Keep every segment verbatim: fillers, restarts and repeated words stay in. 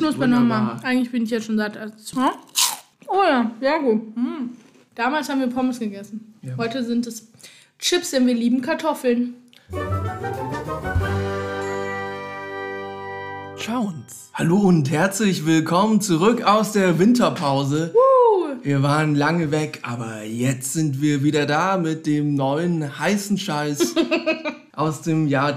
knusper nochmal. Eigentlich bin ich jetzt schon satt. Oh ja, sehr gut. Mm. Damals haben wir Pommes gegessen. Ja. Heute sind es Chips, denn wir lieben Kartoffeln. Schauens. Hallo und herzlich willkommen zurück aus der Winterpause. Uh. Wir waren lange weg, aber jetzt sind wir wieder da mit dem neuen heißen Scheiß aus dem Jahr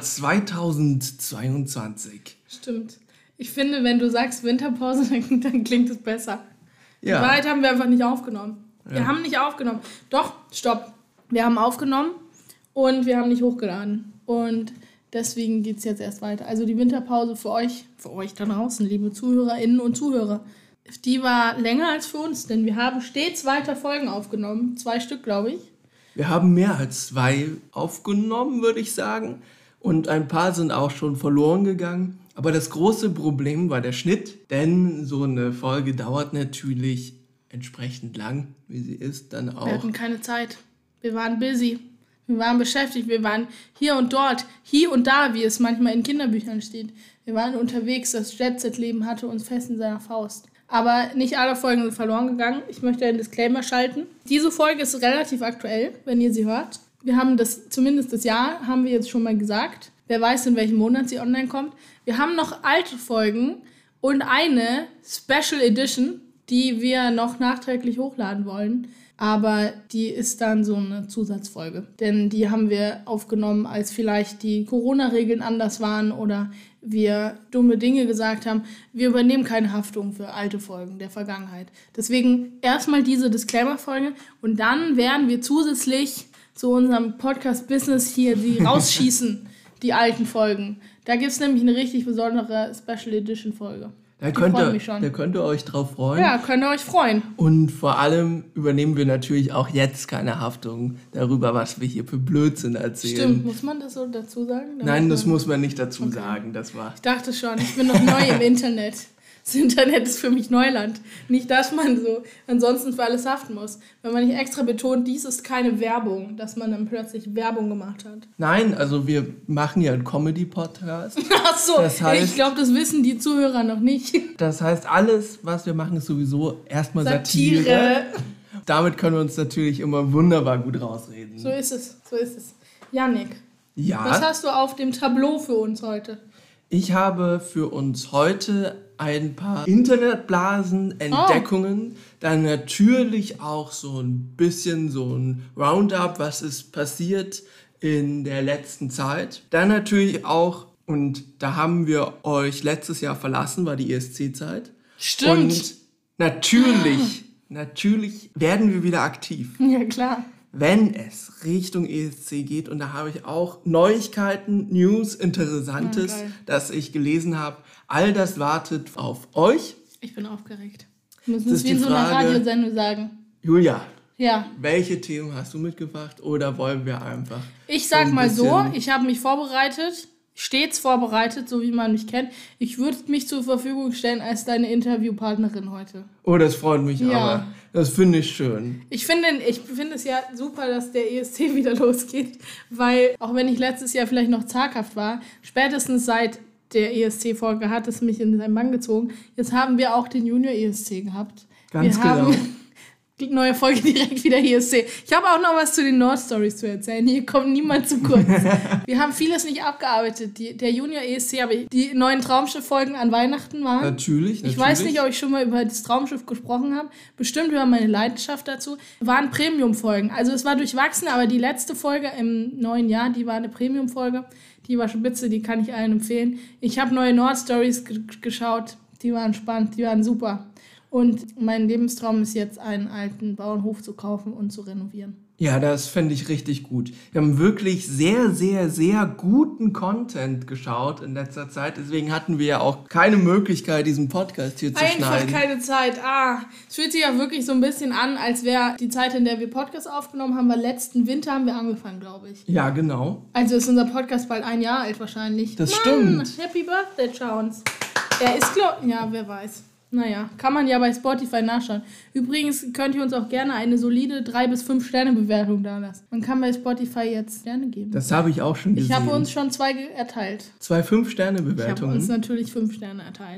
zweitausendzweiundzwanzig. Stimmt. Ich finde, wenn du sagst Winterpause, dann, dann klingt es besser. Ja. Die Wahrheit haben wir einfach nicht aufgenommen. Wir Ja. haben nicht aufgenommen. Doch, stopp. Wir haben aufgenommen und wir haben nicht hochgeladen. Und deswegen geht es jetzt erst weiter. Also die Winterpause für euch, für euch da draußen, liebe ZuhörerInnen und Zuhörer, die war länger als für uns, denn wir haben stets weiter Folgen aufgenommen. Zwei Stück, glaube ich. Wir haben mehr als zwei aufgenommen, würde ich sagen. Und ein paar sind auch schon verloren gegangen. Aber das große Problem war der Schnitt, denn so eine Folge dauert natürlich entsprechend lang, wie sie ist, dann auch. Wir hatten keine Zeit. Wir waren busy. Wir waren beschäftigt. Wir waren hier und dort, hier und da, wie es manchmal in Kinderbüchern steht. Wir waren unterwegs. Das Jet-Set-Leben hatte uns fest in seiner Faust. Aber nicht alle Folgen sind verloren gegangen. Ich möchte einen Disclaimer schalten. Diese Folge ist relativ aktuell, wenn ihr sie hört. Wir haben das, zumindest das Jahr, haben wir jetzt schon mal gesagt. Wer weiß, in welchem Monat sie online kommt. Wir haben noch alte Folgen und eine Special Edition, die wir noch nachträglich hochladen wollen. Aber die ist dann so eine Zusatzfolge. Denn die haben wir aufgenommen, als vielleicht die Corona-Regeln anders waren oder wir dumme Dinge gesagt haben. Wir übernehmen keine Haftung für alte Folgen der Vergangenheit. Deswegen erstmal diese Disclaimer-Folge und dann werden wir zusätzlich zu unserem Podcast-Business hier die rausschießen, die alten Folgen. Da gibt es nämlich eine richtig besondere Special Edition Folge. Da könnt, ihr, da könnt ihr euch drauf freuen. Ja, könnt ihr euch freuen. Und vor allem übernehmen wir natürlich auch jetzt keine Haftung darüber, was wir hier für Blödsinn erzählen. Stimmt, muss man das so dazu sagen? Da Nein, muss das muss man nicht dazu Okay. sagen. Das war. Ich dachte schon, ich bin noch neu im Internet. Das Internet ist für mich Neuland. Nicht, dass man so ansonsten für alles haften muss. Wenn man nicht extra betont, dies ist keine Werbung, dass man dann plötzlich Werbung gemacht hat. Nein, also wir machen ja einen Comedy-Podcast. Ach so, Das heißt- ich glaube, das wissen die Zuhörer noch nicht. Das heißt, alles, was wir machen, ist sowieso erstmal Satire. Satire. Damit können wir uns natürlich immer wunderbar gut rausreden. So ist es, so ist es. Yannick, Ja, was hast du auf dem Tableau für uns heute? ich habe für uns heute ein paar Internetblasen, Entdeckungen, oh. dann natürlich auch so ein bisschen so ein Roundup, was ist passiert in der letzten Zeit. Dann natürlich auch, und da haben wir euch letztes Jahr verlassen, war die E S C-Zeit. Stimmt. Und natürlich, natürlich werden wir wieder aktiv. Ja, klar. Wenn es Richtung E S C geht, und da habe ich auch Neuigkeiten, News, Interessantes, Ja, geil. das ich gelesen habe. All das wartet auf euch. Ich bin aufgeregt. Wir müssen Das es ist wie in die so einer Frage- Radiosendung sagen. Julia, Ja, welche Themen hast du mitgebracht oder wollen wir einfach? ich sag so ein mal so, bisschen- ich habe mich vorbereitet, stets vorbereitet, so wie man mich kennt. Ich würde mich zur Verfügung stellen als deine Interviewpartnerin heute. Oh, das freut mich Ja. aber. Das finde ich schön. Ich finde ich finde es ja super, dass der E S C wieder losgeht, weil auch wenn ich letztes Jahr vielleicht noch zaghaft war, spätestens seit der E S C-Folge hat es mich in seinen Bann gezogen. Jetzt haben wir auch den Junior-E S C gehabt. Ganz wir genau. Haben die neue Folge direkt wieder E S C. Ich habe auch noch was zu den Nord-Stories zu erzählen. Hier kommt niemand zu kurz. Wir haben vieles nicht abgearbeitet. Die, der Junior-E S C, aber die neuen Traumschiff-Folgen an Weihnachten waren. Natürlich, natürlich. Ich weiß nicht, ob ich schon mal über das Traumschiff gesprochen habe. Bestimmt über meine Leidenschaft dazu. Waren Premium-Folgen. Also es war durchwachsen, aber die letzte Folge im neuen Jahr, die war eine Premium-Folge. Die war spitze, die kann ich allen empfehlen. Ich habe neue Nord-Stories g- geschaut. Die waren spannend, die waren super. Und mein Lebenstraum ist jetzt, einen alten Bauernhof zu kaufen und zu renovieren. Ja, das fände ich richtig gut. Wir haben wirklich sehr, sehr, sehr guten Content geschaut in letzter Zeit. Deswegen hatten wir ja auch keine Möglichkeit, diesen Podcast hier zu Einfach schneiden. keine Zeit. Ah, es fühlt sich ja wirklich so ein bisschen an, als wäre die Zeit, in der wir Podcast aufgenommen haben, war letzten Winter haben wir angefangen, glaube ich. Ja, genau. Also ist unser Podcast bald ein Jahr alt wahrscheinlich. Das Mann, stimmt. Happy Birthday, Chowns. Er ist, glaub... Ja, wer weiß. Naja, kann man ja bei Spotify nachschauen. Übrigens könnt ihr uns auch gerne eine solide drei bis fünf Sterne Bewertung da lassen. Man kann bei Spotify jetzt Sterne geben. Das habe ich auch schon gesehen. Ich habe uns schon zwei ge- erteilt. Zwei Ich habe Fünf-Sterne-Bewertungen. uns natürlich fünf Sterne erteilt.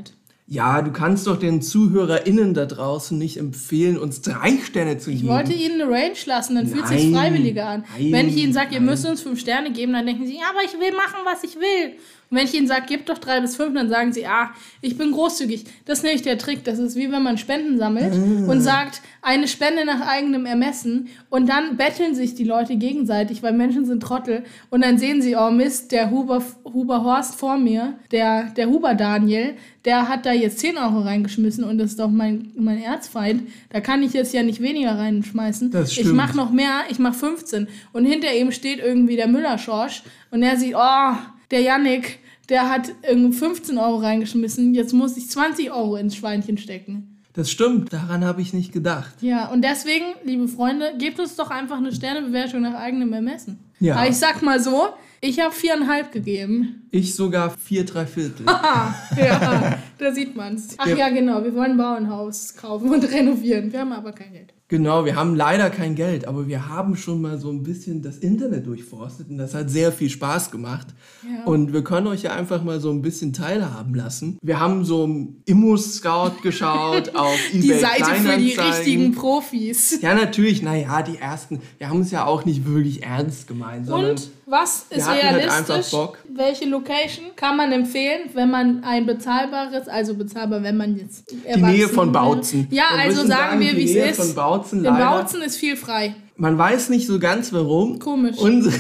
Ja, du kannst doch den ZuhörerInnen da draußen nicht empfehlen, uns drei Sterne zu geben. Ich wollte ihnen eine Range lassen, dann fühlt es sich freiwilliger an. Nein, wenn ich ihnen sage, ihr nein. müsst uns fünf Sterne geben, dann denken sie, ja, aber ich will machen, was ich will. Und wenn ich ihnen sage, gebt doch drei bis fünf, dann sagen sie, ah, ich bin großzügig. Das ist nämlich der Trick. Das ist wie wenn man Spenden sammelt ah. und sagt, eine Spende nach eigenem Ermessen. Und dann betteln sich die Leute gegenseitig, weil Menschen sind Trottel. Und dann sehen sie, oh Mist, der Huber, Huber Horst vor mir, der, der Huber Daniel, der hat da jetzt zehn Euro reingeschmissen und das ist doch mein, mein Erzfeind. Da kann ich jetzt ja nicht weniger reinschmeißen. Das stimmt. Ich mach noch mehr, ich mach fünfzehn. Und hinter ihm steht irgendwie der Müller-Schorsch und er sieht, oh, der Yannick, der hat irgendwie fünfzehn Euro reingeschmissen, jetzt muss ich zwanzig Euro ins Schweinchen stecken. Das stimmt, daran habe ich nicht gedacht. Ja, und deswegen, liebe Freunde, gebt uns doch einfach eine Sternebewertung nach eigenem Ermessen. Ja. Aber ich sag mal so, ich habe viereinhalb gegeben. Ich sogar vier, drei Viertel. Haha, ja, da sieht man's. Ach ja. ja, genau, wir wollen ein Bauernhaus kaufen und renovieren. Wir haben aber kein Geld. Genau, wir haben leider kein Geld, aber wir haben schon mal so ein bisschen das Internet durchforstet und das hat sehr viel Spaß gemacht. Ja. Und wir können euch ja einfach mal so ein bisschen teilhaben lassen. Wir haben so im Immo-Scout geschaut, auf eBay Die Seite Kleinanzeigen. für die richtigen Profis. Ja, natürlich, naja, die ersten, wir haben es ja auch nicht wirklich ernst gemeint. Sondern Und was ist wir hatten halt realistisch? einfach Bock. Welche Location kann man empfehlen, wenn man ein bezahlbares, also bezahlbar, wenn man jetzt die Nähe von Bautzen. Ja, wir also sagen, sagen wir, wie es ist. Von Bautzen, In leider. Bautzen ist viel frei. Man weiß nicht so ganz, warum. Komisch. Unsere,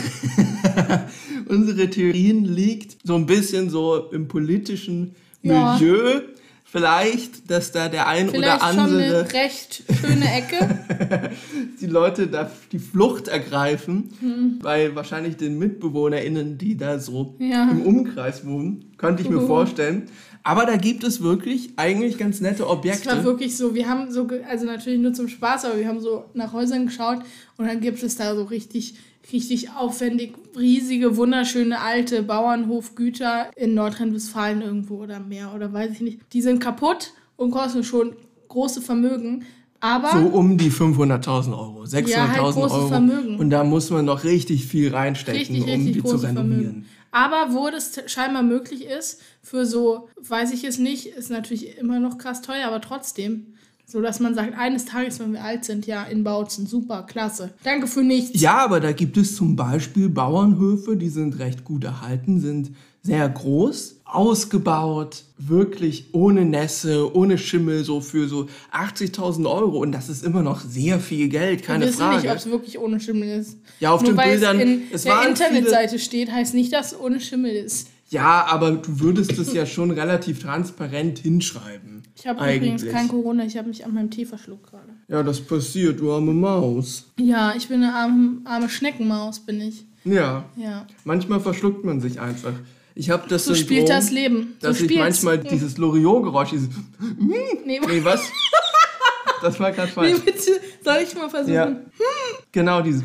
unsere Theorien liegt so ein bisschen so im politischen Ja. Milieu. Vielleicht, dass da der ein Vielleicht oder andere... schon eine recht schöne Ecke. die Leute da die Flucht ergreifen, hm. bei wahrscheinlich den MitbewohnerInnen, die da so Ja. im Umkreis wohnen. Könnte ich mir Uh. vorstellen. Aber da gibt es wirklich eigentlich ganz nette Objekte. Es war wirklich so, wir haben so, ge- also natürlich nur zum Spaß, aber wir haben so nach Häusern geschaut und dann gibt es da so richtig, richtig aufwendig, riesige, wunderschöne alte Bauernhofgüter in Nordrhein-Westfalen irgendwo oder mehr oder weiß ich nicht. Die sind kaputt und kosten schon große Vermögen, aber... So um die fünfhunderttausend Euro, Ja, sechshunderttausend halt großes Euro. Vermögen. Und da muss man noch richtig viel reinstecken, Richtig, um richtig die zu große renovieren. Vermögen. Aber wo das t- scheinbar möglich ist, für so, weiß ich es nicht, ist natürlich immer noch krass teuer, aber trotzdem. So, dass man sagt, eines Tages, wenn wir alt sind, ja, in Bautzen, super, klasse. Danke für nichts. Ja, aber da gibt es zum Beispiel Bauernhöfe, die sind recht gut erhalten, sind sehr groß, ausgebaut, wirklich ohne Nässe, ohne Schimmel, so für so achtzigtausend Euro. Und das ist immer noch sehr viel Geld, keine Wir wissen Frage. nicht, ob es wirklich ohne Schimmel ist. Ja, auf Nur den weil Bildern, es in es der waren Internetseite steht, heißt nicht, dass es ohne Schimmel ist. Ja, aber du würdest es ja schon relativ transparent hinschreiben. Ich habe eigentlich. übrigens kein Corona, ich habe mich an meinem Tee verschluckt gerade. Ja, das passiert, du arme Maus. Ja, ich bin eine arme, arme Schneckenmaus, bin ich. Ja, Ja. manchmal verschluckt man sich einfach. Ich habe das So Syndrom, spielt das Leben. So dass ich spielt's. manchmal dieses Loriot-Geräusch, dieses... Nee, Nee, was? Das war gerade nee, falsch. bitte, soll ich mal versuchen? Ja. Genau, dieses...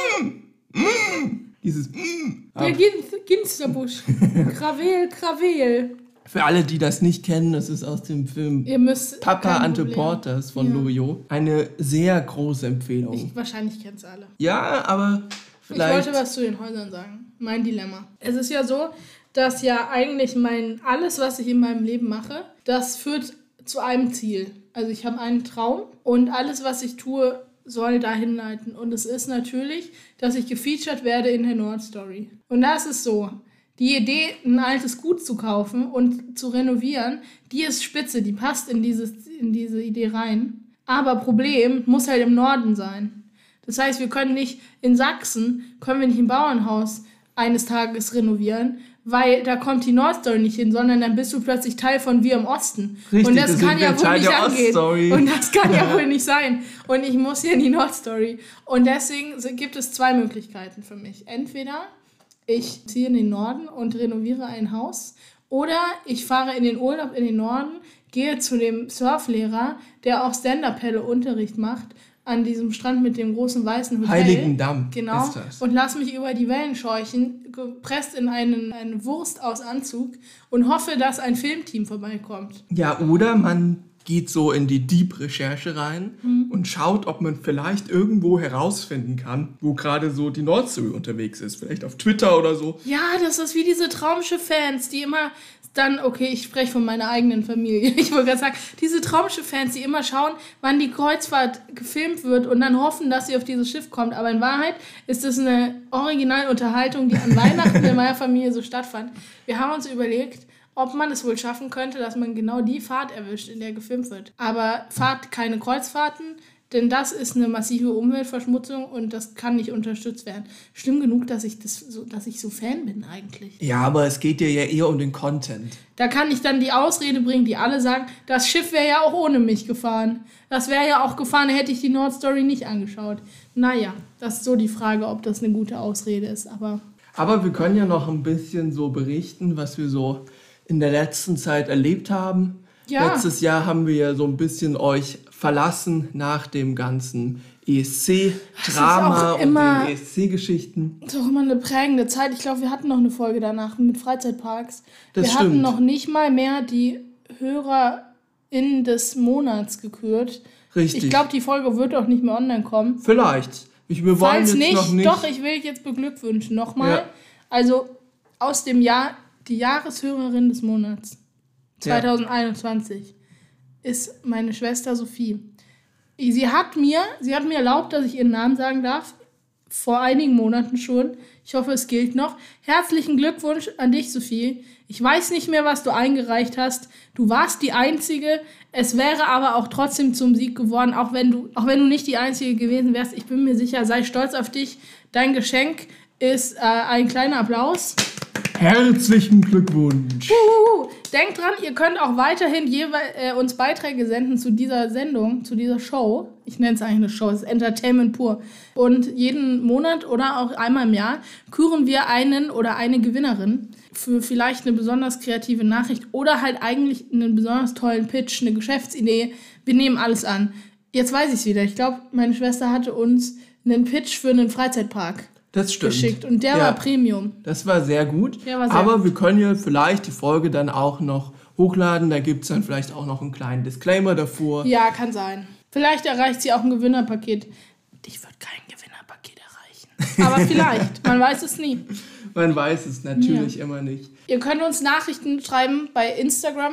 Dieses... Der Gin- Ginsterbusch. Krawel, Krawel. Für alle, die das nicht kennen, das ist aus dem Film Ihr müsst. Papa kein Ante Problem. Porters von Ja. Loriot. Eine sehr große Empfehlung. Ich, wahrscheinlich kennt es alle. Ja, aber vielleicht... Ich wollte was zu den Häusern sagen. Mein Dilemma. Es ist ja so, dass ja eigentlich mein alles, was ich in meinem Leben mache, das führt zu einem Ziel. Also ich habe einen Traum und alles, was ich tue, soll dahin leiten. Und es ist natürlich, dass ich gefeatured werde in der Nordstory. Und das ist so. Die Idee, ein altes Gut zu kaufen und zu renovieren, die ist spitze, die passt in, dieses, in diese Idee rein. Aber Problem, muss halt im Norden sein. Das heißt, wir können nicht in Sachsen, können wir nicht ein Bauernhaus eines Tages renovieren, weil da kommt die Nordstory nicht hin, sondern dann bist du plötzlich Teil von Wir im Osten. Richtig, und das das kann sind ja wir wohl Teil nicht der angehen. Oststory. Und das kann ja wohl nicht sein. Und ich muss hier in die Nordstory. Und deswegen so- gibt es zwei Möglichkeiten für mich. Entweder ich ziehe in den Norden und renoviere ein Haus, oder ich fahre in den Urlaub in den Norden, gehe zu dem Surflehrer, der auch Stand-Up-Paddle-Unterricht macht, an diesem Strand mit dem großen weißen Hotel. Heiligendamm Genau. ist das. Und lass mich über die Wellen scheuchen, gepresst in einen, eine Wurst aus Anzug und hoffe, dass ein Filmteam vorbeikommt. Ja, oder man geht so in die Deep-Recherche rein Mhm. und schaut, ob man vielleicht irgendwo herausfinden kann, wo gerade so die Nordstory unterwegs ist. Vielleicht auf Twitter oder so. Ja, das ist wie diese Traumschiff-Fans, die immer dann, okay, ich spreche von meiner eigenen Familie. Ich wollte gerade sagen, diese Traumschiff-Fans, die immer schauen, wann die Kreuzfahrt gefilmt wird und dann hoffen, dass sie auf dieses Schiff kommt. Aber in Wahrheit ist das eine Originalunterhaltung, die an Weihnachten in meiner Familie so stattfand. Wir haben uns überlegt, ob man es wohl schaffen könnte, dass man genau die Fahrt erwischt, in der gefilmt wird. Aber fahrt keine Kreuzfahrten, denn das ist eine massive Umweltverschmutzung und das kann nicht unterstützt werden. Schlimm genug, dass ich, das so, dass ich so Fan bin eigentlich. Ja, aber es geht dir ja eher um den Content. Da kann ich dann die Ausrede bringen, die alle sagen, das Schiff wäre ja auch ohne mich gefahren. Das wäre ja auch gefahren, hätte ich die Nordstory nicht angeschaut. Naja, das ist so die Frage, ob das eine gute Ausrede ist. Aber, aber wir können ja noch ein bisschen so berichten, was wir so in der letzten Zeit erlebt haben. Ja. Letztes Jahr haben wir ja so ein bisschen euch verlassen nach dem ganzen E S C-Drama und den E S C-Geschichten. Das ist auch immer eine prägende Zeit. Ich glaube, wir hatten noch eine Folge danach mit Freizeitparks. Das wir stimmt. hatten noch nicht mal mehr die HörerInnen des Monats gekürt. Richtig. Ich glaube, die Folge wird auch nicht mehr online kommen. Vielleicht. Ich, wir wollen Falls jetzt nicht, noch nicht. Doch, ich will dich jetzt beglückwünschen. Nochmal. Ja. Also aus dem Jahr, die Jahreshörerin des Monats zwanzig einundzwanzig ja. ist meine Schwester Sophie. Sie hat mir, sie hat mir erlaubt, dass ich ihren Namen sagen darf, vor einigen Monaten schon. Ich hoffe, es gilt noch. Herzlichen Glückwunsch an dich, Sophie. Ich weiß nicht mehr, was du eingereicht hast. Du warst die Einzige. Es wäre aber auch trotzdem zum Sieg geworden, auch wenn du, auch wenn du nicht die Einzige gewesen wärst. Ich bin mir sicher, sei stolz auf dich. Dein Geschenk ist äh, ein kleiner Applaus. Herzlichen Glückwunsch. Uhuhu. Denkt dran, ihr könnt auch weiterhin jeweils äh, uns Beiträge senden zu dieser Sendung, zu dieser Show. Ich nenne es eigentlich eine Show, es ist Entertainment pur. Und jeden Monat oder auch einmal im Jahr küren wir einen oder eine Gewinnerin für vielleicht eine besonders kreative Nachricht oder halt eigentlich einen besonders tollen Pitch, eine Geschäftsidee. Wir nehmen alles an. Jetzt weiß ich es wieder. Ich glaube, meine Schwester hatte uns einen Pitch für einen Freizeitpark Das stimmt. geschickt und der ja, war Premium. Das war sehr gut, Der war sehr aber gut. wir können ja vielleicht die Folge dann auch noch hochladen, da gibt es dann vielleicht auch noch einen kleinen Disclaimer davor. Ja, kann sein. Vielleicht erreicht sie auch ein Gewinnerpaket. Dich wird kein Gewinnerpaket erreichen. Aber vielleicht, man weiß es nie. Man weiß es natürlich ja. immer nicht. Ihr könnt uns Nachrichten schreiben bei Instagram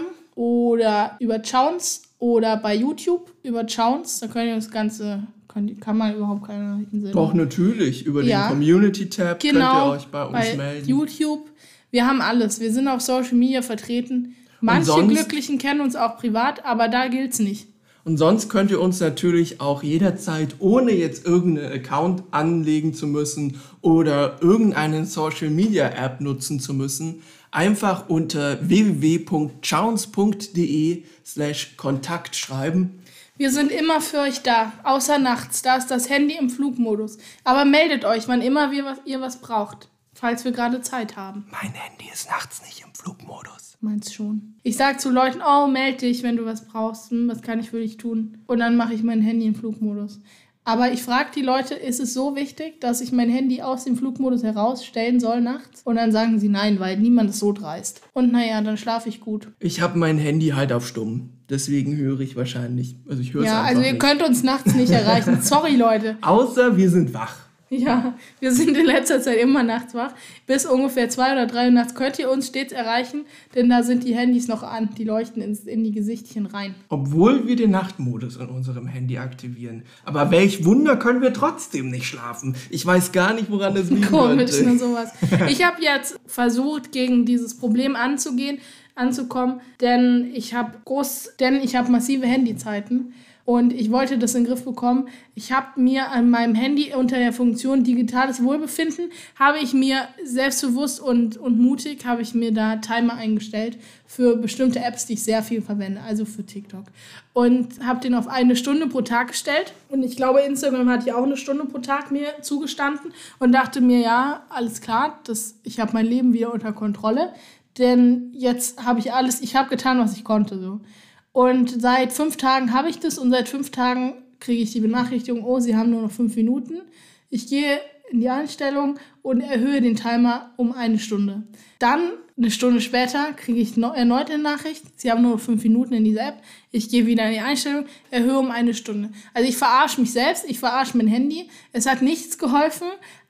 oder über Chowns oder bei YouTube über Chowns. Da könnt ihr das Ganze... Kann man überhaupt keine Nachrichten sehen? Doch, natürlich. Über ja. den Community-Tab genau, könnt ihr euch bei uns bei melden. YouTube. Wir haben alles. Wir sind auf Social Media vertreten. Manche sonst, Glücklichen kennen uns auch privat, aber da gilt's nicht. Und sonst könnt ihr uns natürlich auch jederzeit, ohne jetzt irgendeinen Account anlegen zu müssen oder irgendeine Social-Media-App nutzen zu müssen, einfach unter w w w punkt chowns punkt d e slash Kontakt schreiben. Wir sind immer für euch da, außer nachts. Da ist das Handy im Flugmodus. Aber meldet euch, wann immer wir was, ihr was braucht, falls wir gerade Zeit haben. Mein Handy ist nachts nicht im Flugmodus. Meinst schon. Ich sag zu Leuten, oh, melde dich, wenn du was brauchst. Hm, was kann ich für dich tun? Und dann mache ich mein Handy im Flugmodus. Aber ich frage die Leute, ist es so wichtig, dass ich mein Handy aus dem Flugmodus herausstellen soll nachts? Und dann sagen sie nein, weil niemand ist so dreist. Und naja, dann schlafe ich gut. Ich habe mein Handy halt auf stumm. Deswegen höre ich wahrscheinlich. Also ich höre es ja, einfach also ihr nicht. könnt uns nachts nicht erreichen. Sorry, Leute. Außer wir sind wach. Ja, wir sind in letzter Zeit immer nachts wach. Bis ungefähr zwei oder drei Uhr nachts könnt ihr uns stets erreichen, denn da sind die Handys noch an. Die leuchten ins, in die Gesichtchen rein. Obwohl wir den Nachtmodus in unserem Handy aktivieren. Aber welch Wunder, können wir trotzdem nicht schlafen. Ich weiß gar nicht, woran das liegen Komisch, könnte. nur sowas. Ich habe jetzt versucht, gegen dieses Problem anzugehen, anzukommen, denn ich habe groß, denn ich habe massive Handyzeiten. Und ich wollte das in den Griff bekommen. Ich habe mir an meinem Handy unter der Funktion digitales Wohlbefinden, habe ich mir selbstbewusst und, und mutig, habe ich mir da Timer eingestellt für bestimmte Apps, die ich sehr viel verwende, also für TikTok. Und habe den auf eine Stunde pro Tag gestellt. Und ich glaube, Instagram hat ja auch eine Stunde pro Tag mir zugestanden und dachte mir, ja, alles klar, das, ich habe mein Leben wieder unter Kontrolle. Denn jetzt habe ich alles, ich habe getan, was ich konnte, so. Und seit fünf Tagen habe ich das und seit fünf Tagen kriege ich die Benachrichtigung, oh, Sie haben nur noch fünf Minuten. Ich gehe in die Einstellung und erhöhe den Timer um eine Stunde. Dann, eine Stunde später, kriege ich no- erneut eine Nachricht, Sie haben nur noch fünf Minuten in dieser App. Ich gehe wieder in die Einstellung, erhöhe um eine Stunde. Also ich verarsche mich selbst, ich verarsche mein Handy. Es hat nichts geholfen,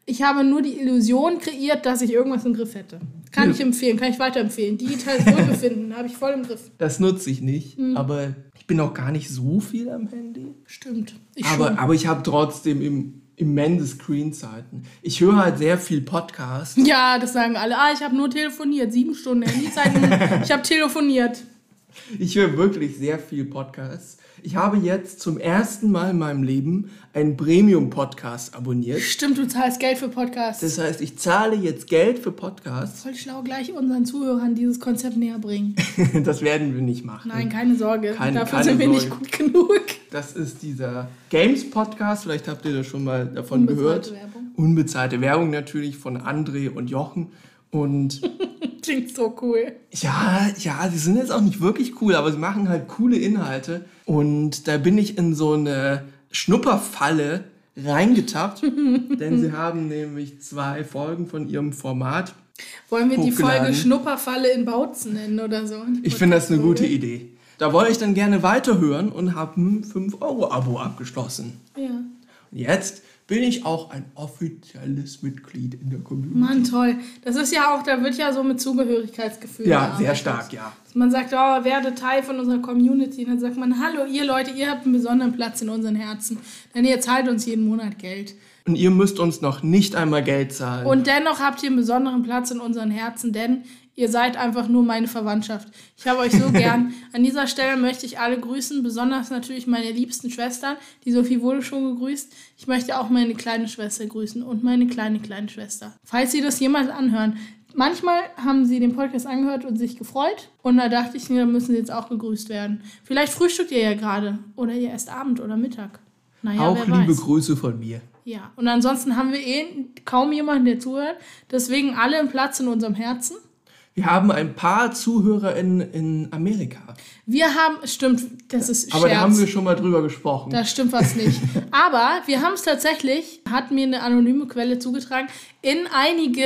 Ich habe nur die Illusion kreiert, dass ich irgendwas im Griff hätte. Kann Hm. ich empfehlen, kann ich weiterempfehlen. Digitales Wohlbefinden habe ich voll im Griff. Das nutze ich nicht, Mhm. aber ich bin auch gar nicht so viel am Handy. Stimmt. Ich Aber, schon. aber ich habe trotzdem im, immense Screenzeiten. Ich höre halt sehr viel Podcast. Ja, das sagen alle. Ah, ich habe nur telefoniert. Sieben Stunden Handyzeiten. Ich habe telefoniert. Ich höre wirklich sehr viel Podcasts. Ich habe jetzt zum ersten Mal in meinem Leben einen Premium-Podcast abonniert. Stimmt, du zahlst Geld für Podcasts. Das heißt, ich zahle jetzt Geld für Podcasts. Voll schlau, gleich unseren Zuhörern dieses Konzept näher bringen. Das werden wir nicht machen. Nein, keine Sorge. Keine- Dafür keine sind wir nicht Sorge. gut genug. Das ist dieser Games-Podcast. Vielleicht habt ihr das schon mal davon Unbezahlte gehört. Werbung. Unbezahlte Werbung natürlich von André und Jochen. Und Klingt so cool. ja, ja, die sind jetzt auch nicht wirklich cool, aber sie machen halt coole Inhalte. Und da bin ich in so eine Schnupperfalle reingetappt, denn sie haben nämlich zwei Folgen von ihrem Format. Wollen wir die Hochgeladen. Folge Schnupperfalle in Bautzen nennen oder so? Die Ich finde das eine gute Podcast-Folge. Idee. Da wollte ich dann gerne weiterhören und habe ein fünf Euro Abo abgeschlossen. Ja. Und jetzt bin ich auch ein offizielles Mitglied in der Community. Mann, toll. Das ist ja auch, da wird ja so mit Zugehörigkeitsgefühl Ja, gearbeitet. sehr stark, ja. Man sagt, oh, werde Teil von unserer Community. Und dann sagt man, hallo, ihr Leute, ihr habt einen besonderen Platz in unseren Herzen. Denn ihr zahlt uns jeden Monat Geld. Und ihr müsst uns noch nicht einmal Geld zahlen. Und dennoch habt ihr einen besonderen Platz in unseren Herzen, denn ihr seid einfach nur meine Verwandtschaft. Ich habe euch so gern. An dieser Stelle möchte ich alle grüßen, besonders natürlich meine liebsten Schwestern. Die Sophie wurde schon gegrüßt. Ich möchte auch meine kleine Schwester grüßen und meine kleine, kleine Schwester. Falls Sie das jemals anhören. Manchmal haben sie den Podcast angehört und sich gefreut. Und da dachte ich mir, da müssen sie jetzt auch gegrüßt werden. Vielleicht frühstückt ihr ja gerade. Oder ihr esst Abend oder Mittag. Naja, auch wer liebe weiß. Grüße von mir. Ja, und ansonsten haben wir eh kaum jemanden, der zuhört. Deswegen alle einen Platz in unserem Herzen. Wir haben ein paar Zuhörer in, in Amerika. Wir haben, stimmt, das ist Aber Scherz. da haben wir schon mal drüber gesprochen. Da stimmt was nicht. Aber wir haben es tatsächlich, hat mir eine anonyme Quelle zugetragen, in einige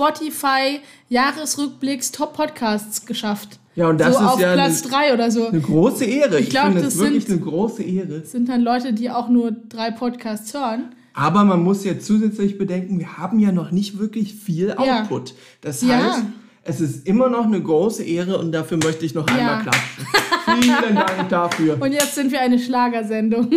Spotify-Jahresrückblicks-Top-Podcasts geschafft. Ja, und das so ist auf ja Platz eine, drei oder so. eine große Ehre. Ich, Ich glaub, finde das das wirklich sind- eine große Ehre. Das sind dann Leute, die auch nur drei Podcasts hören. Aber man muss ja zusätzlich bedenken, wir haben ja noch nicht wirklich viel Ja. Output. Das Ja. heißt, es ist immer noch eine große Ehre und dafür möchte ich noch Ja. einmal klatschen. Vielen Dank dafür. Und jetzt sind wir eine Schlagersendung.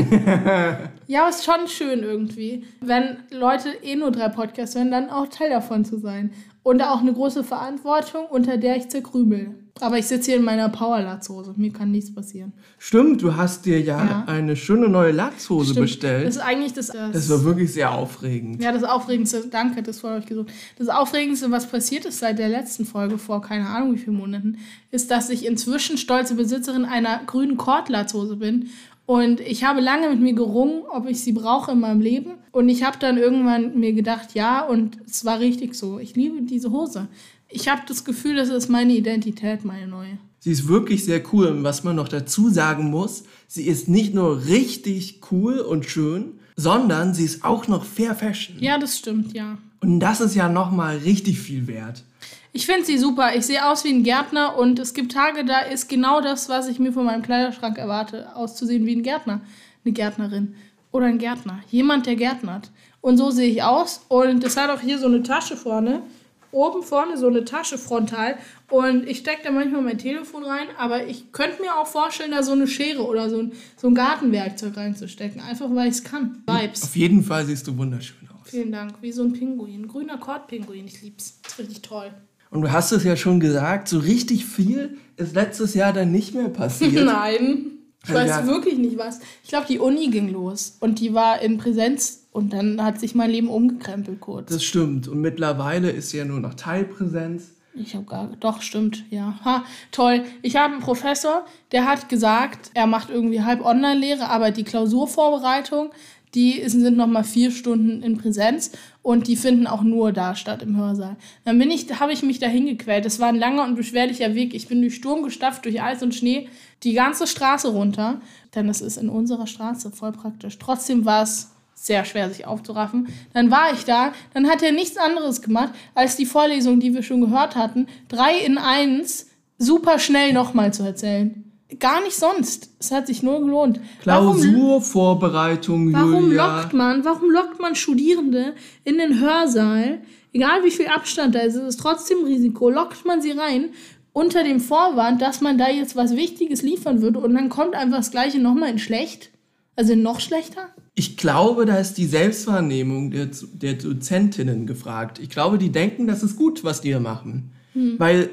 Ja, aber es ist schon schön irgendwie, wenn Leute eh nur drei Podcasts hören, dann auch Teil davon zu sein. Und auch eine große Verantwortung, unter der ich zerkrümel. Aber ich sitze hier in meiner Powerlatzhose. Mir kann nichts passieren. Stimmt, du hast dir ja, Ja. eine schöne neue Latzhose Stimmt. bestellt. Das ist eigentlich das... das Das war wirklich sehr aufregend. Ja, das Aufregendste, danke, das habe ich gesucht. Das Aufregendste, was passiert ist seit der letzten Folge vor keine Ahnung wie vielen Monaten, ist, dass ich inzwischen stolze Besitzerin einer grünen Kordlatzhose bin. Und ich habe lange mit mir gerungen, ob ich sie brauche in meinem Leben. Und ich habe dann irgendwann mir gedacht, ja, und es war richtig so. Ich liebe diese Hose. Ich habe das Gefühl, das ist meine Identität, meine neue. Sie ist wirklich sehr cool. Und was man noch dazu sagen muss, sie ist nicht nur richtig cool und schön, sondern sie ist auch noch Fair Fashion. Ja, das stimmt, ja. Und das ist ja nochmal richtig viel wert. Ich finde sie super. Ich sehe aus wie ein Gärtner und es gibt Tage, da ist genau das, was ich mir von meinem Kleiderschrank erwarte, auszusehen wie ein Gärtner. Eine Gärtnerin oder ein Gärtner. Jemand, der gärtnert. Und so sehe ich aus. Und das hat auch hier so eine Tasche vorne. Oben vorne so eine Tasche frontal. Und ich stecke da manchmal mein Telefon rein. Aber ich könnte mir auch vorstellen, da so eine Schere oder so ein, so ein Gartenwerkzeug reinzustecken. Einfach, weil ich es kann. Vibes. Auf jeden Fall siehst du wunderschön aus. Vielen Dank. Wie so ein Pinguin. Grüner Kordpinguin. Ich lieb's. Das finde ich toll. Und du hast es ja schon gesagt, so richtig viel ist letztes Jahr dann nicht mehr passiert. Nein. Ich Ja, weiß ja. wirklich nicht was. Ich glaube, die Uni ging los und die war in Präsenz und dann hat sich mein Leben umgekrempelt kurz. Das stimmt. Und mittlerweile ist ja nur noch Teilpräsenz. Ich habe gar... Doch, stimmt, ja. Ha, toll. Ich habe einen Professor, der hat gesagt, er macht irgendwie halb Online-Lehre, aber die Klausurvorbereitung, die ist- sind nochmal vier Stunden in Präsenz und die finden auch nur da statt im Hörsaal. Dann bin ich, habe ich mich dahin gequält. Das war ein langer und beschwerlicher Weg. Ich bin durch Sturm gestapft, durch Eis und Schnee, die ganze Straße runter. Denn es ist in unserer Straße voll praktisch. Trotzdem war es sehr schwer, sich aufzuraffen. Dann war ich da, dann hat er nichts anderes gemacht, als die Vorlesung, die wir schon gehört hatten, drei in eins super schnell nochmal zu erzählen. Gar nicht sonst. Es hat sich nur gelohnt. Klausurvorbereitung, warum, warum Julia. lockt man, warum lockt man Studierende in den Hörsaal? Egal wie viel Abstand da ist, es ist trotzdem Risiko. Lockt man sie rein unter dem Vorwand, dass man da jetzt was Wichtiges liefern würde und dann kommt einfach das Gleiche nochmal in schlecht? Also in noch schlechter? Ich glaube, da ist die Selbstwahrnehmung der, der Dozentinnen gefragt. Ich glaube, die denken, das ist gut, was die da machen. Hm. Weil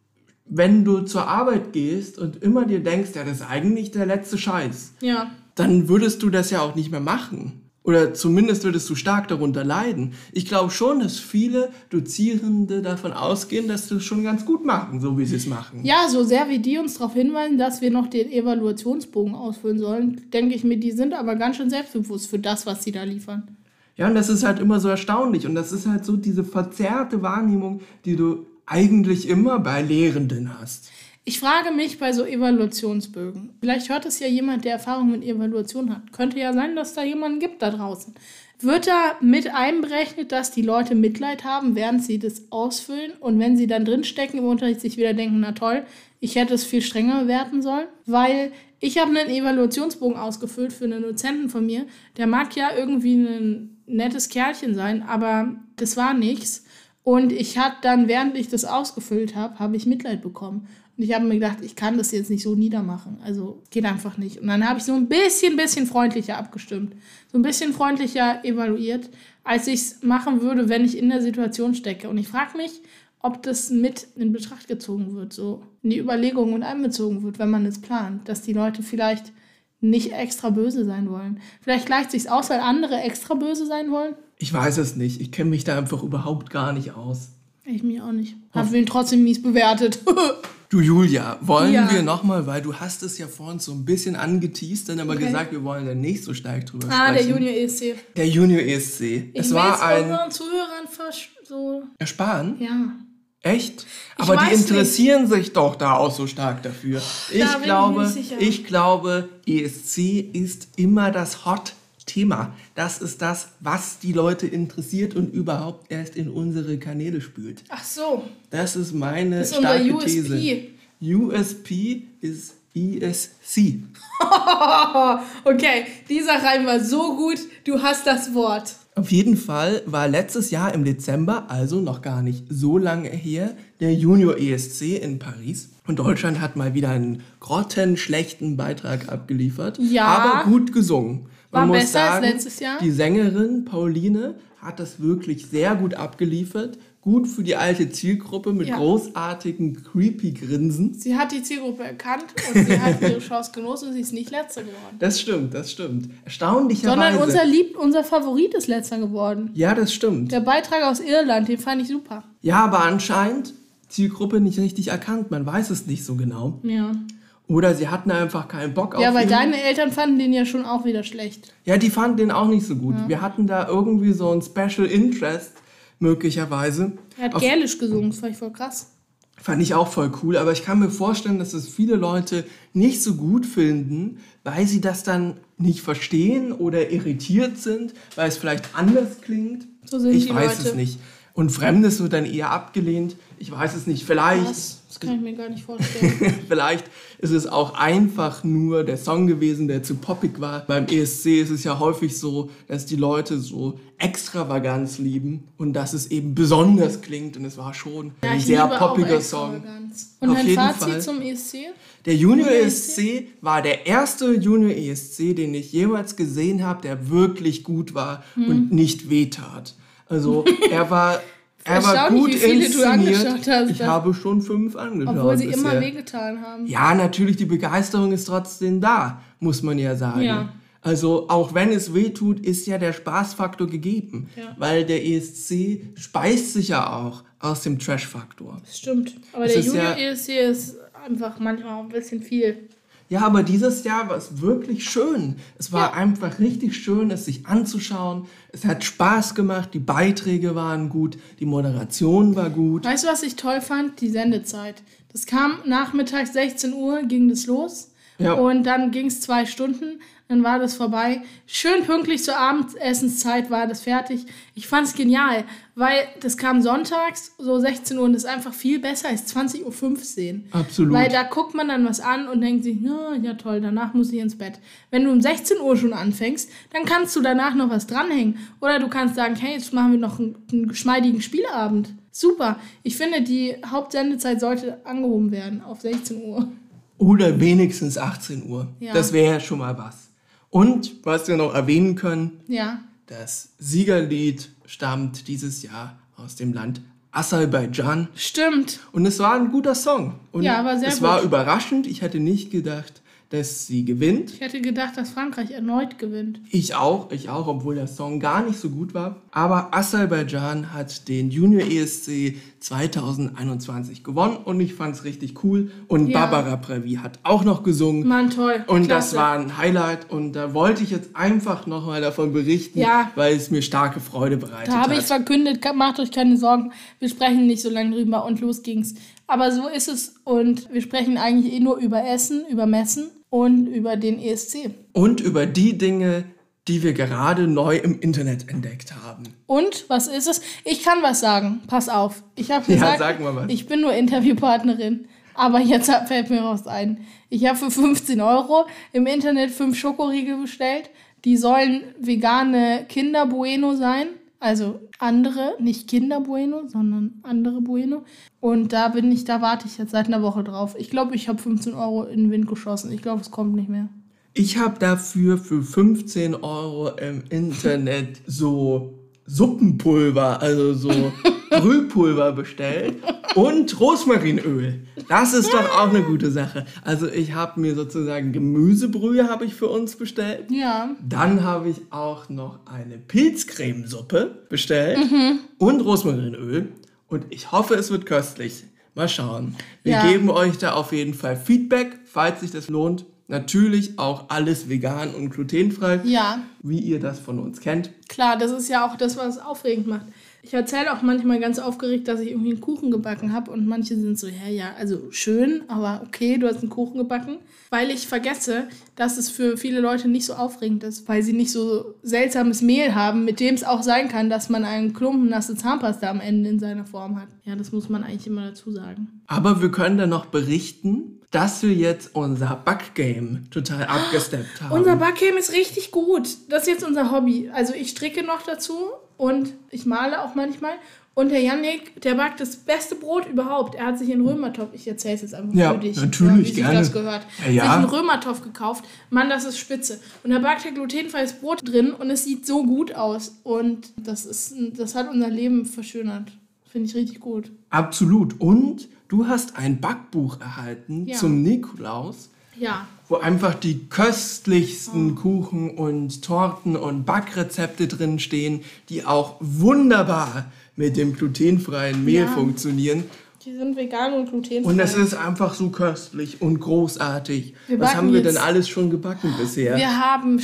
wenn du zur Arbeit gehst und immer dir denkst, ja, das ist eigentlich der letzte Scheiß, ja. dann würdest du das ja auch nicht mehr machen. Oder zumindest würdest du stark darunter leiden. Ich glaube schon, dass viele Dozierende davon ausgehen, dass sie es schon ganz gut machen, so wie sie es machen. Ja, so sehr wie die uns darauf hinweisen, dass wir noch den Evaluationsbogen ausfüllen sollen, denke ich mir, die sind aber ganz schön selbstbewusst für das, was sie da liefern. Ja, und das ist halt immer so erstaunlich. Und das ist halt so diese verzerrte Wahrnehmung, die du eigentlich immer bei Lehrenden hast. Ich frage mich bei so Evaluationsbögen, vielleicht hört es ja jemand, der Erfahrung mit Evaluation hat. Könnte ja sein, dass da jemanden gibt da draußen. Wird da mit einberechnet, dass die Leute Mitleid haben, während sie das ausfüllen und wenn sie dann drinstecken im Unterricht sich wieder denken, na toll, ich hätte es viel strenger bewerten sollen? Weil ich habe einen Evaluationsbogen ausgefüllt für einen Dozenten von mir, der mag ja irgendwie ein nettes Kerlchen sein, aber das war nichts. Und ich habe dann, während ich das ausgefüllt habe, habe ich Mitleid bekommen. Und ich habe mir gedacht, ich kann das jetzt nicht so niedermachen. Also geht einfach nicht. Und dann habe ich so ein bisschen, bisschen freundlicher abgestimmt. So ein bisschen freundlicher evaluiert, als ich es machen würde, wenn ich in der Situation stecke. Und ich frage mich, ob das mit in Betracht gezogen wird, so in die Überlegungen und einbezogen wird, wenn man es plant. Dass die Leute vielleicht nicht extra böse sein wollen. Vielleicht gleicht sich's aus, weil andere extra böse sein wollen. Ich weiß es nicht. Ich kenne mich da einfach überhaupt gar nicht aus. Ich mich auch nicht. Haben wir ihn trotzdem mies bewertet. Du Julia, wollen ja. wir nochmal, weil du hast es ja vorhin so ein bisschen angeteased, dann aber okay. gesagt, wir wollen da nicht so stark drüber ah, sprechen. Ah, der Junior E S C. Der Junior E S C. Ich es will war es ein unseren Zuhörern versch- so... Ersparen? Ja. Echt? Aber die interessieren nicht. sich doch da auch so stark dafür. Ich da glaube, ich, ich glaube, E S C ist immer das Hot-Thema. Das ist das, was die Leute interessiert und überhaupt erst in unsere Kanäle spült. Ach so. Das ist meine das ist starke unser U S P. These. U S P ist E S C. Okay, dieser Reim war so gut, du hast das Wort. Auf jeden Fall war letztes Jahr im Dezember, also noch gar nicht so lange her, der Junior E S C in Paris. Und Deutschland hat mal wieder einen grottenschlechten Beitrag abgeliefert, ja, aber gut gesungen. Man war muss besser sagen, als letztes Jahr. Die Sängerin Pauline hat das wirklich sehr gut abgeliefert. Gut für die alte Zielgruppe mit ja. großartigen, creepy Grinsen. Sie hat die Zielgruppe erkannt und sie hat ihre Chance genossen und sie ist nicht Letzter geworden. Das stimmt, das stimmt. Erstaunlicherweise. Sondern unser, Lieb, unser Favorit ist Letzter geworden. Ja, das stimmt. Der Beitrag aus Irland, den fand ich super. Ja, aber anscheinend Zielgruppe nicht richtig erkannt. Man weiß es nicht so genau. Ja. Oder sie hatten einfach keinen Bock auf ihn. Ja, weil deine Eltern fanden den ja schon auch wieder schlecht. Ja, die fanden den auch nicht so gut. Ja. Wir hatten da irgendwie so ein Special Interest, möglicherweise. Er hat auf Gälisch gesungen, das fand ich voll krass. Fand ich auch voll cool, aber ich kann mir vorstellen, dass es viele Leute nicht so gut finden, weil sie das dann nicht verstehen oder irritiert sind, weil es vielleicht anders klingt. So sind ich die weiß Leute. es nicht. Und Fremdes wird dann eher abgelehnt. Ich weiß es nicht. Vielleicht. Was? Das kann ich mir gar nicht vorstellen. Vielleicht ist es auch einfach nur der Song gewesen, der zu poppig war. Beim E S C ist es ja häufig so, dass die Leute so Extravaganz lieben und dass es eben besonders klingt. Und es war schon ja, ein sehr poppiger Song. Und Auf ein jeden Fazit Fall. zum E S C? Der Junior E S C war der erste Junior E S C, den ich jemals gesehen habe, der wirklich gut war hm. und nicht wehtat. Also er war, er war gut wie viele inszeniert. Du angeschaut hast, ich habe schon fünf angeschaut. Obwohl sie bisher. immer wehgetan haben. Ja, natürlich, die Begeisterung ist trotzdem da, muss man ja sagen. Ja. Also auch wenn es wehtut, ist ja der Spaßfaktor gegeben. Ja. Weil der E S C speist sich ja auch aus dem Trash-Faktor. Das stimmt. Aber das der ist Junior ja, E S C ist einfach manchmal auch ein bisschen viel. Ja, aber dieses Jahr war es wirklich schön. Es war ja. einfach richtig schön, es sich anzuschauen. Es hat Spaß gemacht, die Beiträge waren gut, die Moderation war gut. Weißt du, was ich toll fand? Die Sendezeit. Das kam nachmittags sechzehn Uhr, ging das los. Ja. Und dann ging es zwei Stunden, dann war das vorbei. Schön pünktlich zur Abendessenszeit war das fertig. Ich fand es genial, weil das kam sonntags, so sechzehn Uhr, und das ist einfach viel besser als zwanzig Uhr fünfzehn. Absolut. Weil da guckt man dann was an und denkt sich, ja, ja toll, danach muss ich ins Bett. Wenn du um sechzehn Uhr schon anfängst, dann kannst du danach noch was dranhängen. Oder du kannst sagen, hey, jetzt machen wir noch einen, einen geschmeidigen Spieleabend. Super. Ich finde, die Hauptsendezeit sollte angehoben werden auf sechzehn Uhr. Oder wenigstens achtzehn Uhr. Ja. Das wäre ja schon mal was. Und, was wir noch erwähnen können, Ja. das Siegerlied stammt dieses Jahr aus dem Land Aserbaidschan. Stimmt. Und es war ein guter Song. Und Ja, war sehr es gut. war überraschend. Ich hätte nicht gedacht, dass sie gewinnt. Ich hätte gedacht, dass Frankreich erneut gewinnt. Ich auch, ich auch, obwohl der Song gar nicht so gut war. Aber Aserbaidschan hat den Junior E S C zweitausendeinundzwanzig gewonnen und ich fand's richtig cool. Und Ja. Barbara Pravi hat auch noch gesungen. Mann, toll. Und Klasse. das war ein Highlight und da wollte ich jetzt einfach nochmal davon berichten, Ja. weil es mir starke Freude bereitet Da habe hat. ich verkündet, macht euch keine Sorgen, wir sprechen nicht so lange drüber und los ging's. Aber so ist es und wir sprechen eigentlich eh nur über Essen, über Messen und über den E S C. Und über die Dinge, die wir gerade neu im Internet entdeckt haben. Und, was ist es? Ich kann was sagen, pass auf. Ich habe Ja, gesagt, sag mal was. ich bin nur Interviewpartnerin, aber jetzt fällt mir was ein. Ich habe für fünfzehn Euro im Internet fünf Schokoriegel bestellt. Die sollen vegane Kinder Bueno sein. Also andere, nicht Kinder Bueno, sondern andere Bueno. Und da bin ich, da warte ich jetzt seit einer Woche drauf. Ich glaube, ich habe fünfzehn Euro in den Wind geschossen. Ich glaube, es kommt nicht mehr. Ich habe dafür für fünfzehn Euro im Internet so Suppenpulver, also so Brühpulver bestellt und Rosmarinöl. Das ist doch auch eine gute Sache. Also ich habe mir sozusagen Gemüsebrühe habe ich für uns bestellt. Ja. Dann habe ich auch noch eine Pilzcremesuppe bestellt und Rosmarinöl. Und ich hoffe, es wird köstlich. Mal schauen. Wir Ja. geben euch da auf jeden Fall Feedback, falls sich das lohnt. Natürlich auch alles vegan und glutenfrei, Ja. wie ihr das von uns kennt. Klar, das ist ja auch das, was es aufregend macht. Ich erzähle auch manchmal ganz aufgeregt, dass ich irgendwie einen Kuchen gebacken habe und manche sind so, ja, ja, also schön, aber okay, du hast einen Kuchen gebacken. Weil ich vergesse, dass es für viele Leute nicht so aufregend ist, weil sie nicht so seltsames Mehl haben, mit dem es auch sein kann, dass man einen Klumpen nasse Zahnpasta am Ende in seiner Form hat. Ja, das muss man eigentlich immer dazu sagen. Aber wir können dann noch berichten, dass wir jetzt unser Backgame total abgesteppt haben. Unser Backgame ist richtig gut. Das ist jetzt unser Hobby. Also ich stricke noch dazu und ich male auch manchmal. Und der Yannick, der backt das beste Brot überhaupt. Er hat sich einen Römertopf, ich erzähle es jetzt einfach Ja, für dich, natürlich, ja, wie gerne. sich das gehört. Ja, ja. Sich einen Römertopf gekauft. Mann, das ist spitze. Und da backt er glutenfreies Brot drin und es sieht so gut aus. Und das ist, das hat unser Leben verschönert. Finde ich richtig gut. Absolut. Und du hast ein Backbuch erhalten Ja. zum Nikolaus, Ja. wo einfach die köstlichsten Kuchen und Torten und Backrezepte drin stehen, die auch wunderbar mit dem glutenfreien Mehl Ja. funktionieren. Die sind vegan und glutenfrei. Und es ist einfach so köstlich und großartig. Wir Was backen haben wir jetzt- denn alles schon gebacken bisher? Wir haben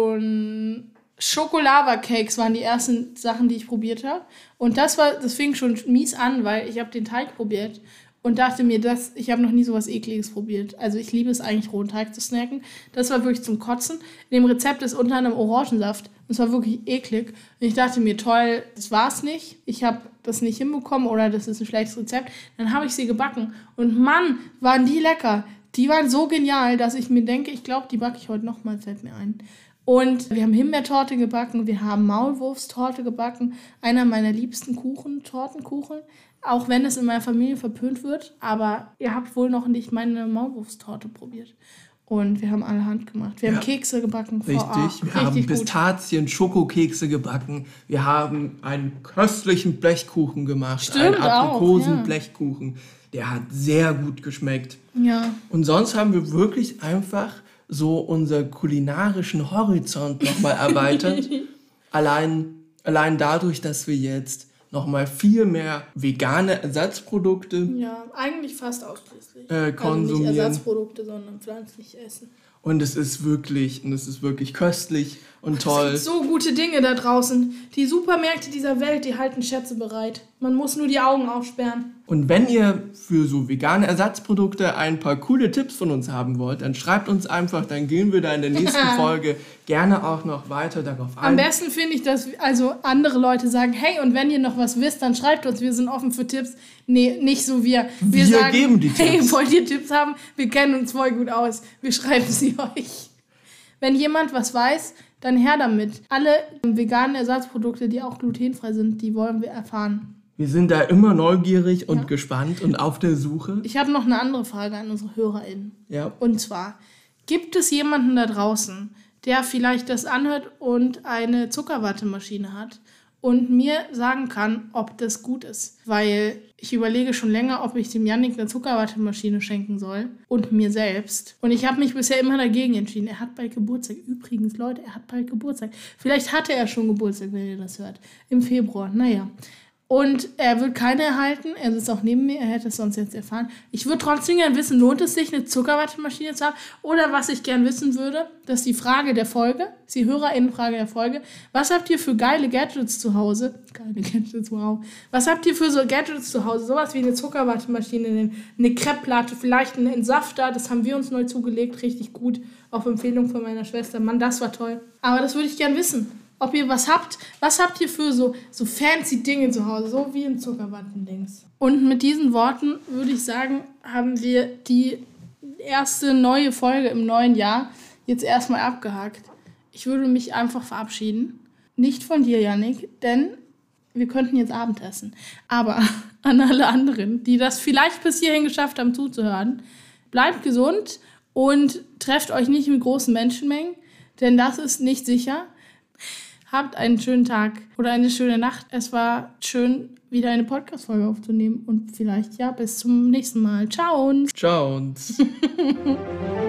schon Schokolava-Cakes waren die ersten Sachen, die ich probiert habe. Und das war, das fing schon mies an, weil ich habe den Teig probiert und dachte mir, das, ich habe noch nie sowas Ekliges probiert. Also ich liebe es eigentlich, rohen Teig zu snacken. Das war wirklich zum Kotzen. In dem Rezept ist unter anderem Orangensaft. Das war wirklich eklig. Und ich dachte mir, toll, das war's nicht. Ich habe das nicht hinbekommen oder das ist ein schlechtes Rezept. Dann habe ich sie gebacken. Und Mann, waren die lecker. Die waren so genial, dass ich mir denke, ich glaube, die backe ich heute nochmal, fällt mir ein. Und wir haben Himbeertorte gebacken, wir haben Maulwurfstorte gebacken. Einer meiner liebsten Kuchen, Tortenkuchen. Auch wenn es in meiner Familie verpönt wird. Aber ihr habt wohl noch nicht meine Maulwurfstorte probiert. Und wir haben alle handgemacht. Wir Ja. haben Kekse gebacken. vor Richtig, Ort. wir haben Richtig gut. Pistazien, Schokokekse gebacken. Wir haben einen köstlichen Blechkuchen gemacht, Stimmt, einen auch, Aprikosen-Blechkuchen. Der hat sehr gut geschmeckt. Ja. Und sonst haben wir wirklich einfach so unseren kulinarischen Horizont nochmal erweitert. allein, allein dadurch, dass wir jetzt nochmal viel mehr vegane Ersatzprodukte Ja, eigentlich fast ausschließlich. Äh, Also konsumieren. nicht Ersatzprodukte, sondern pflanzlich essen. und es ist wirklich, und es ist wirklich köstlich und Es toll. gibt so gute Dinge da draußen. Die Supermärkte dieser Welt, die halten Schätze bereit. Man muss nur die Augen aufsperren. Und wenn ihr für so vegane Ersatzprodukte ein paar coole Tipps von uns haben wollt, dann schreibt uns einfach, dann gehen wir da in der nächsten Folge gerne auch noch weiter darauf ein. Am besten finde ich, dass also andere Leute sagen, hey, und wenn ihr noch was wisst, dann schreibt uns, wir sind offen für Tipps. Nee, nicht so wir. Wir, wir sagen, geben die Tipps. Hey, wollt ihr Tipps haben? Wir kennen uns voll gut aus. Wir schreiben sie euch. Wenn jemand was weiß, dann her damit. Alle veganen Ersatzprodukte, die auch glutenfrei sind, die wollen wir erfahren. Wir sind da immer neugierig und ja. gespannt und auf der Suche. Ich habe noch eine andere Frage an unsere HörerInnen. Ja. Und zwar, gibt es jemanden da draußen, der vielleicht das anhört und eine Zuckerwattemaschine hat und mir sagen kann, ob das gut ist? Weil ich überlege schon länger, ob ich dem Yannick eine Zuckerwattemaschine schenken soll und mir selbst. Und ich habe mich bisher immer dagegen entschieden. Er hat bald Geburtstag. Übrigens, Leute, er hat bald Geburtstag. Vielleicht hatte er schon Geburtstag, wenn ihr das hört. Im Februar, naja. Und er wird keine erhalten. Er sitzt auch neben mir. Er hätte es sonst jetzt erfahren. Ich würde trotzdem gerne wissen, lohnt es sich, eine Zuckerwattemaschine zu haben? Oder was ich gerne wissen würde, das ist die Frage der Folge. Das ist die HörerInnen-Frage der Folge. Was habt ihr für geile Gadgets zu Hause? Geile Gadgets, wow. Was habt ihr für so Gadgets zu Hause? Sowas wie eine Zuckerwattemaschine, eine Crepe-Platte, vielleicht einen Entsafter. Das haben wir uns neu zugelegt. Richtig gut. Auf Empfehlung von meiner Schwester. Mann, das war toll. Aber das würde ich gerne wissen. Ob ihr was habt, was habt ihr für so, so fancy Dinge zu Hause, so wie ein Zuckerwattendings. Und mit diesen Worten würde ich sagen, haben wir die erste neue Folge im neuen Jahr jetzt erstmal abgehakt. Ich würde mich einfach verabschieden. Nicht von dir, Yannick, denn wir könnten jetzt Abendessen. Aber an alle anderen, die das vielleicht bis hierhin geschafft haben zuzuhören, bleibt gesund und trefft euch nicht mit großen Menschenmengen, denn das ist nicht sicher. Habt einen schönen Tag oder eine schöne Nacht. Es war schön, wieder eine Podcast-Folge aufzunehmen. Und vielleicht ja, bis zum nächsten Mal. Ciao. Ciao.